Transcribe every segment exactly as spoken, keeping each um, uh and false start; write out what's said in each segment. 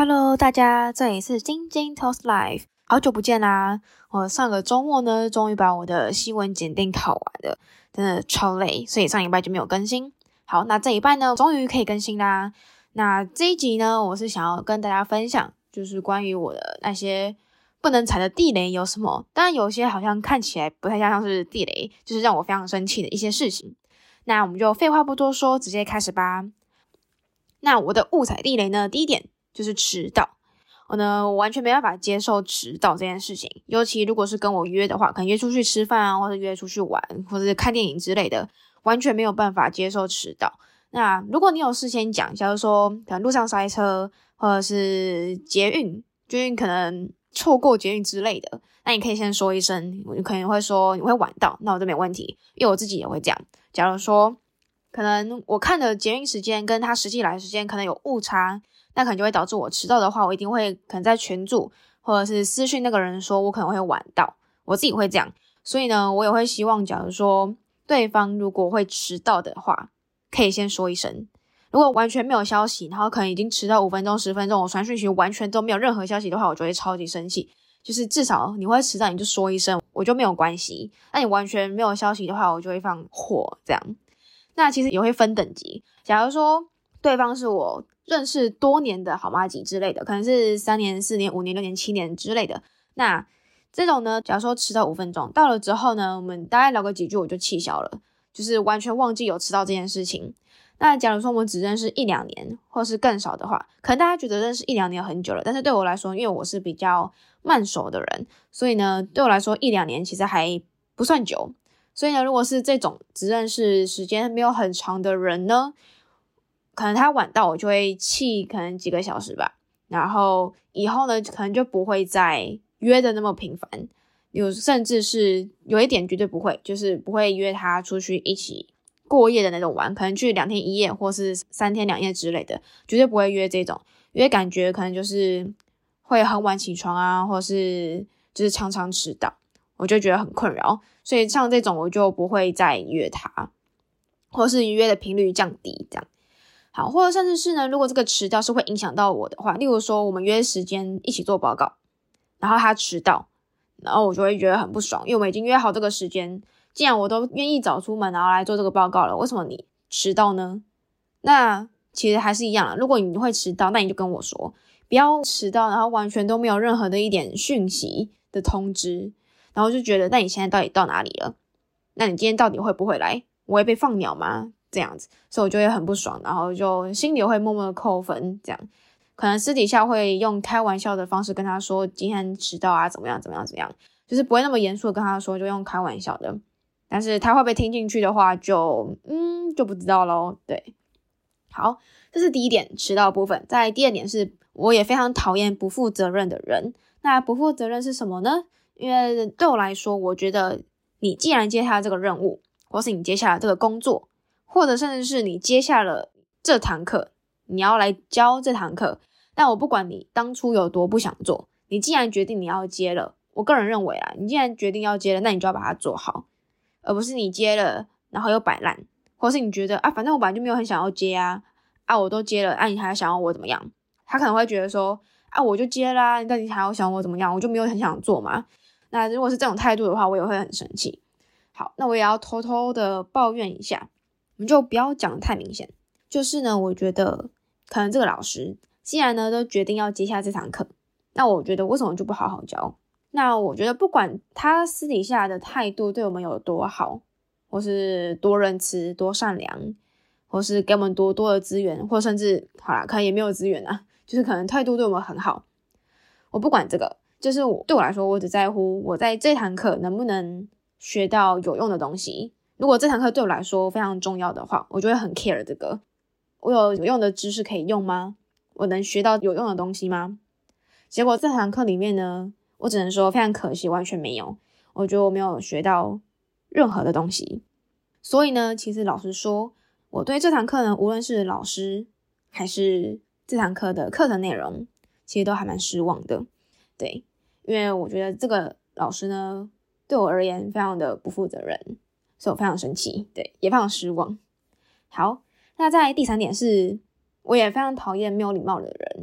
Hello， 大家，这里是晶晶 Toast Life， 好久不见啦！我上个周末呢，终于把我的新闻检定考完了，真的超累，所以上礼拜就没有更新。好，那这一拜呢，终于可以更新啦。那这一集呢，我是想要跟大家分享，就是关于我的那些不能踩的地雷有什么。当然有些好像看起来不太像是地雷，就是让我非常生气的一些事情。那我们就废话不多说，直接开始吧。那我的误踩地雷呢，第一点就是迟到。我呢，我完全没办法接受迟到这件事情，尤其如果是跟我约的话，可能约出去吃饭啊，或者约出去玩，或者是看电影之类的，完全没有办法接受迟到。那如果你有事先讲，假如说可能路上塞车，或者是捷运，捷运可能错过捷运之类的，那你可以先说一声，你可能会说你会晚到，那我就没问题，因为我自己也会这样。假如说可能我看的捷运时间跟他实际来的时间可能有误差，那可能就会导致我迟到的话，我一定会可能在群组或者是私讯那个人说我可能会晚到，我自己会这样。所以呢，我也会希望假如说对方如果会迟到的话，可以先说一声。如果完全没有消息，然后可能已经迟到五分钟十分钟，我传讯息完全都没有任何消息的话，我就会超级生气。就是至少你会迟到你就说一声，我就没有关系。那你完全没有消息的话，我就会放火这样。那其实也会分等级，假如说对方是我认识多年的好麻吉之类的，可能是三年四年五年六年七年之类的，那这种呢，假如说迟到五分钟，到了之后呢，我们大概聊个几句我就气消了，就是完全忘记有迟到这件事情。那假如说我们只认识一两年或是更少的话，可能大家觉得认识一两年很久了，但是对我来说，因为我是比较慢熟的人，所以呢对我来说一两年其实还不算久。所以呢，如果是这种只认识时间没有很长的人呢，可能他晚到我就会气可能几个小时吧，然后以后呢可能就不会再约的那么频繁，有甚至是有一点绝对不会，就是不会约他出去一起过夜的那种玩，可能去两天一夜或是三天两夜之类的，绝对不会约这种，因为感觉可能就是会很晚起床啊，或是就是常常迟到，我就觉得很困扰。所以像这种我就不会再约他，或是约的频率降低这样。好，或者甚至是呢，如果这个迟到是会影响到我的话，例如说我们约时间一起做报告，然后他迟到，然后我就会觉得很不爽，因为我们已经约好这个时间，既然我都愿意早出门然后来做这个报告了，为什么你迟到呢？那其实还是一样啦，如果你会迟到，那你就跟我说，不要迟到然后完全都没有任何的一点讯息的通知，然后就觉得那你现在到底到哪里了？那你今天到底会不会来？我会被放鸟吗？这样子，所以我就会很不爽，然后就心里会默默的扣分，这样可能私底下会用开玩笑的方式跟他说今天迟到啊，怎么样怎么样怎么样，就是不会那么严肃的跟他说，就用开玩笑的。但是他会不会听进去的话就嗯就不知道咯。对，好，这是第一点迟到的部分。再来第二点是我也非常讨厌不负责任的人。那不负责任是什么呢？因为对我来说，我觉得你既然接下了这个任务，或是你接下了这个工作，或者甚至是你接下了这堂课，你要来教这堂课，但我不管你当初有多不想做，你既然决定你要接了，我个人认为啦，你既然决定要接了，那你就要把它做好，而不是你接了然后又摆烂，或是你觉得啊，反正我本来就没有很想要接啊，啊我都接了，啊你还想要我怎么样？他可能会觉得说啊我就接啦，你到底还要想我怎么样？我就没有很想做嘛。那如果是这种态度的话，我也会很生气。好，那我也要偷偷的抱怨一下，我们就不要讲得太明显。就是呢，我觉得可能这个老师既然呢都决定要接下这堂课，那我觉得为什么就不好好教？那我觉得不管他私底下的态度对我们有多好，或是多仁慈多善良，或是给我们多多的资源，或甚至好啦，可能也没有资源啊，就是可能态度对我们很好，我不管这个，就是我对我来说，我只在乎我在这堂课能不能学到有用的东西。如果这堂课对我来说非常重要的话，我就会很 care 这个。我有有用的知识可以用吗？我能学到有用的东西吗？结果这堂课里面呢，我只能说非常可惜，完全没有。我觉得我没有学到任何的东西。所以呢，其实老实说，我对这堂课呢，无论是老师还是这堂课的课程内容，其实都还蛮失望的。对，因为我觉得这个老师呢，对我而言非常的不负责任，所以我非常生气，对，也非常失望。好，那在第三点是，我也非常讨厌没有礼貌的人。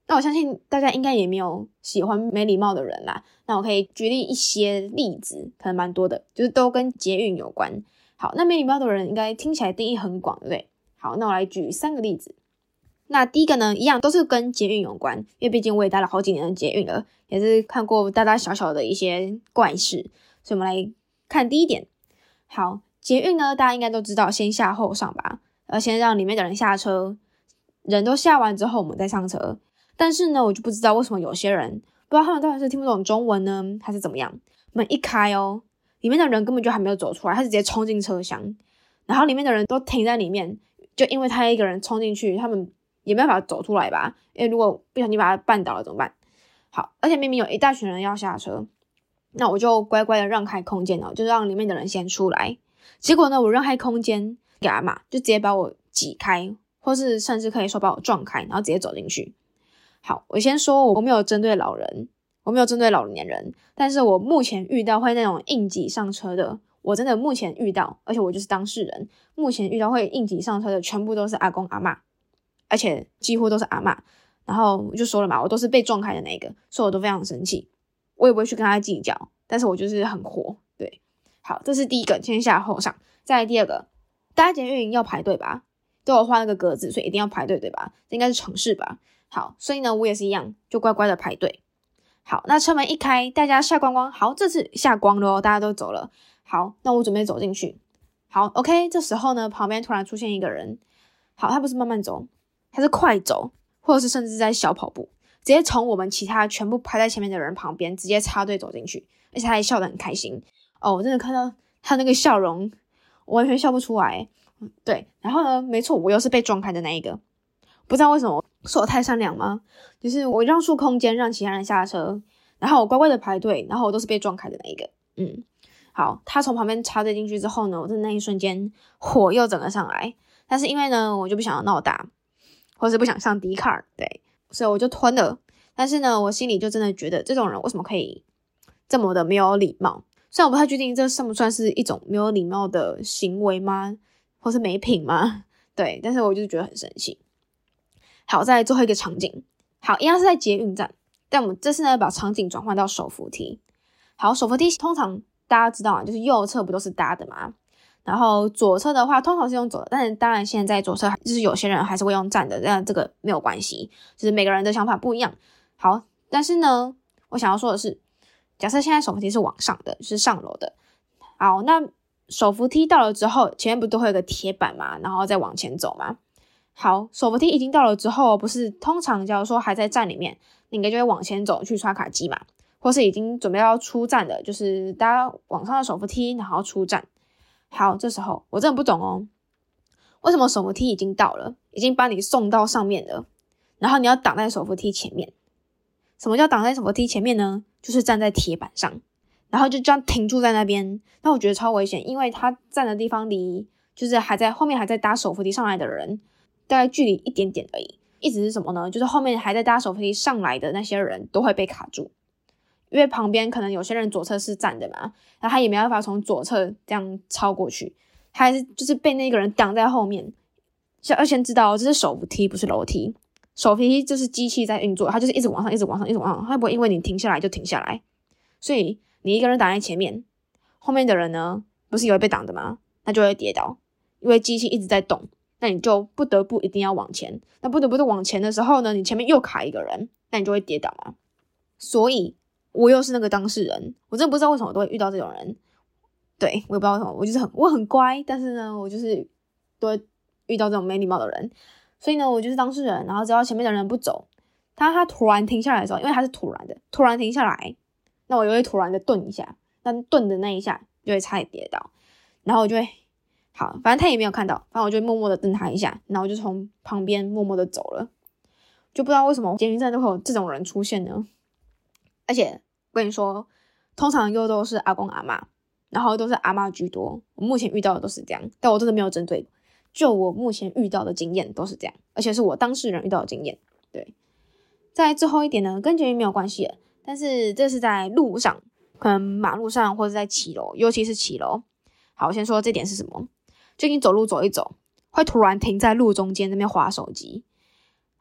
那我相信大家应该也没有喜欢没礼貌的人啦，那我可以举例一些例子，可能蛮多的，就是都跟捷运有关。好，那没礼貌的人应该听起来定义很广，对不对？好，那我来举三个例子。那第一个呢，一样都是跟捷运有关，因为毕竟我也搭了好几年的捷运了，也是看过大大小小的一些怪事，所以我们来看第一点。好，捷运呢，大家应该都知道先下后上吧，要先让里面的人下车，人都下完之后我们再上车。但是呢，我就不知道为什么有些人不知道他们到底是听不懂中文呢，还是怎么样，门一开哦，里面的人根本就还没有走出来，他直接冲进车厢，然后里面的人都停在里面，就因为他一个人冲进去，他们也没办法走出来吧，因为如果不小心把他绊倒了怎么办？好，而且明明有一大群人要下车，那我就乖乖的让开空间哦，就让里面的人先出来。结果呢，我让开空间给阿嬷，就直接把我挤开，或是甚至可以说把我撞开，然后直接走进去。好，我先说我没有针对老人，我没有针对老年人，但是我目前遇到会那种硬挤上车的，我真的目前遇到，而且我就是当事人，目前遇到会硬挤上车的全部都是阿公阿嬷，而且几乎都是阿嬷。然后我就说了嘛，我都是被撞开的那一个，所以我都非常生气，我也不会去跟他计较，但是我就是很火。对，好，这是第一个，先下后上。再来第二个，搭捷运要排队吧，都有画那个格子，所以一定要排队，对吧？这应该是城市吧。好，所以呢，我也是一样，就乖乖的排队。好，那车门一开，大家下光光，好，这次下光了哦，大家都走了。好，那我准备走进去。好 ，OK， 这时候呢，旁边突然出现一个人。好，他不是慢慢走，他是快走，或者是甚至在小跑步，直接从我们其他全部排在前面的人旁边直接插队走进去，而且他还笑得很开心。哦，我真的看到他那个笑容，我完全笑不出来。对，然后呢，没错，我又是被撞开的那一个。不知道为什么，是我太善良吗？就是我让出空间让其他人下车，然后我乖乖的排队，然后我都是被撞开的那一个。嗯，好，他从旁边插队进去之后呢，我在那一瞬间火又整个上来，但是因为呢，我就不想要闹大，或是不想上 D 卡，对，所以我就吞了。但是呢，我心里就真的觉得这种人为什么可以这么的没有礼貌？虽然我不太确定这算不算是一种没有礼貌的行为吗？或是没品吗？对，但是我就觉得很生气。好，再来最后一个场景。好，一样是在捷运站，但我们这次呢把场景转换到手扶梯。好，手扶梯通常大家知道啊，就是右侧不都是搭的嘛，然后左侧的话通常是用走的，但是当然现在左侧就是有些人还是会用站的，但这个没有关系，就是每个人的想法不一样。好，但是呢，我想要说的是，假设现在手扶梯是往上的，就是上楼的。好，那手扶梯到了之后，前面不都会有个铁板嘛，然后再往前走嘛。好，手扶梯已经到了之后，不是通常假如说还在站里面，你应该就会往前走去刷卡机嘛，或是已经准备要出站的，就是搭往上的手扶梯，然后出站。好，这时候我真的不懂哦，为什么手扶梯已经到了，已经把你送到上面了，然后你要挡在手扶梯前面？什么叫挡在手扶梯前面呢？就是站在铁板上，然后就这样停住在那边。那我觉得超危险，因为他站的地方离就是还在后面还在搭手扶梯上来的人大概距离一点点而已。意思是什么呢？就是后面还在搭手扶梯上来的那些人都会被卡住，因为旁边可能有些人左侧是站的嘛，然后他也没办法从左侧这样超过去，他还是就是被那个人挡在后面。要先知道这是手扶梯不是楼梯，手扶梯就是机器在运作，它就是一直往上一直往上一直往上，它不会因为你停下来就停下来。所以你一个人挡在前面，后面的人呢不是也会被挡的吗？那就会跌倒，因为机器一直在动，那你就不得不一定要往前，那不得不往前的时候呢，你前面又卡一个人，那你就会跌倒嘛。所以我又是那个当事人，我真的不知道为什么都会遇到这种人。对，我也不知道为什么，我就是很我很乖，但是呢我就是都会遇到这种没礼貌的人。所以呢我就是当事人，然后只要前面的人不走，他他突然停下来的时候，因为他是突然的突然停下来，那我就会突然的顿一下，那顿的那一下就会差点跌倒，然后我就会好，反正他也没有看到，反正我就默默的瞪他一下，然后我就从旁边默默的走了。就不知道为什么捷运站都会有这种人出现呢？而且我跟你说，通常又都是阿公阿嬷，然后都是阿嬷居多，我目前遇到的都是这样，但我真的没有针对，就我目前遇到的经验都是这样，而且是我当事人遇到的经验。对，在最后一点呢，跟捷运没有关系的，但是这是在路上，可能马路上或者在骑楼，尤其是骑楼。好，我先说这点是什么，就你走路走一走，会突然停在路中间那边滑手机。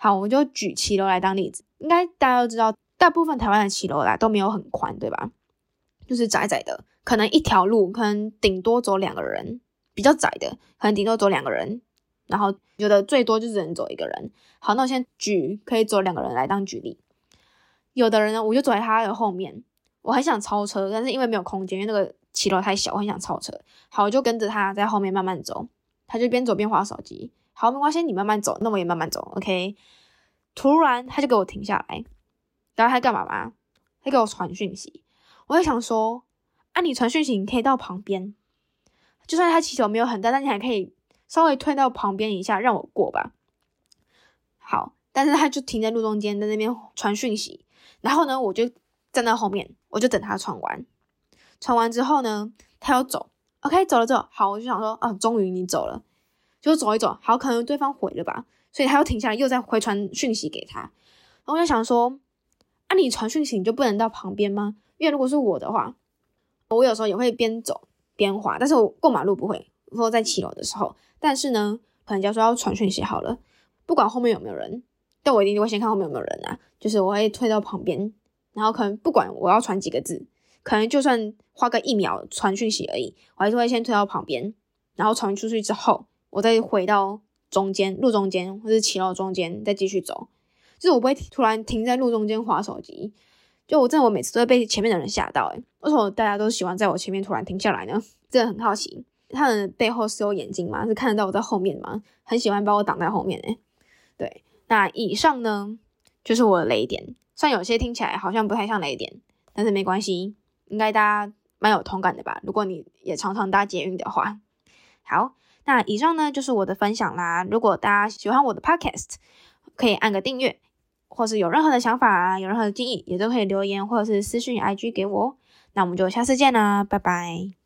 好，我就举骑楼来当例子，应该大家都知道，大部分台湾的骑楼啦都没有很宽，对吧？就是窄窄的，可能一条路可能顶多走两个人，比较窄的可能顶多走两个人，然后有的最多就只能走一个人。好，那我先举可以走两个人来当举例。有的人呢，我就走在他的后面，我很想超车，但是因为没有空间，因为那个骑楼太小，我很想超车。好，我就跟着他在后面慢慢走，他就边走边滑手机。好，没关系，你慢慢走，那我也慢慢走 ，OK。突然他就给我停下来，然后他干嘛嘛？他给我传讯息。我就想说，啊，你传讯息你可以到旁边，就算他骑手没有很大，但你还可以稍微推到旁边一下，让我过吧。好，但是他就停在路中间，在那边传讯息。然后呢，我就站在后面，我就等他传完。传完之后呢，他又走 ，OK， 走了之后，好，我就想说，啊，终于你走了，就走一走，好，可能对方回了吧，所以他又停下来，又再回传讯息给他。然后我就想说，啊，你传讯息你就不能到旁边吗？因为如果是我的话，我有时候也会边走边滑，但是我过马路不会，或在骑楼的时候。但是呢，可能假如说要传讯息好了，不管后面有没有人，但我一定会先看后面有没有人啊，就是我会退到旁边，然后可能不管我要传几个字，可能就算花个一秒传讯息而已，我还是会先退到旁边，然后传出去之后，我再回到中间路中间或是骑楼中间再继续走，就是我不会突然停在路中间滑手机。就我真的我每次都会被前面的人吓到，诶为什么大家都喜欢在我前面突然停下来呢？真的很好奇，他们背后是有眼睛吗？是看得到我在后面吗？很喜欢把我挡在后面诶。对，那以上呢就是我的雷点，虽然有些听起来好像不太像雷点，但是没关系，应该大家蛮有同感的吧，如果你也常常搭捷运的话。好，那以上呢就是我的分享啦，如果大家喜欢我的 podcast 可以按个订阅，或是有任何的想法啊，有任何的建议也都可以留言或者是私讯 I G 给我，那我们就下次见啦，拜拜。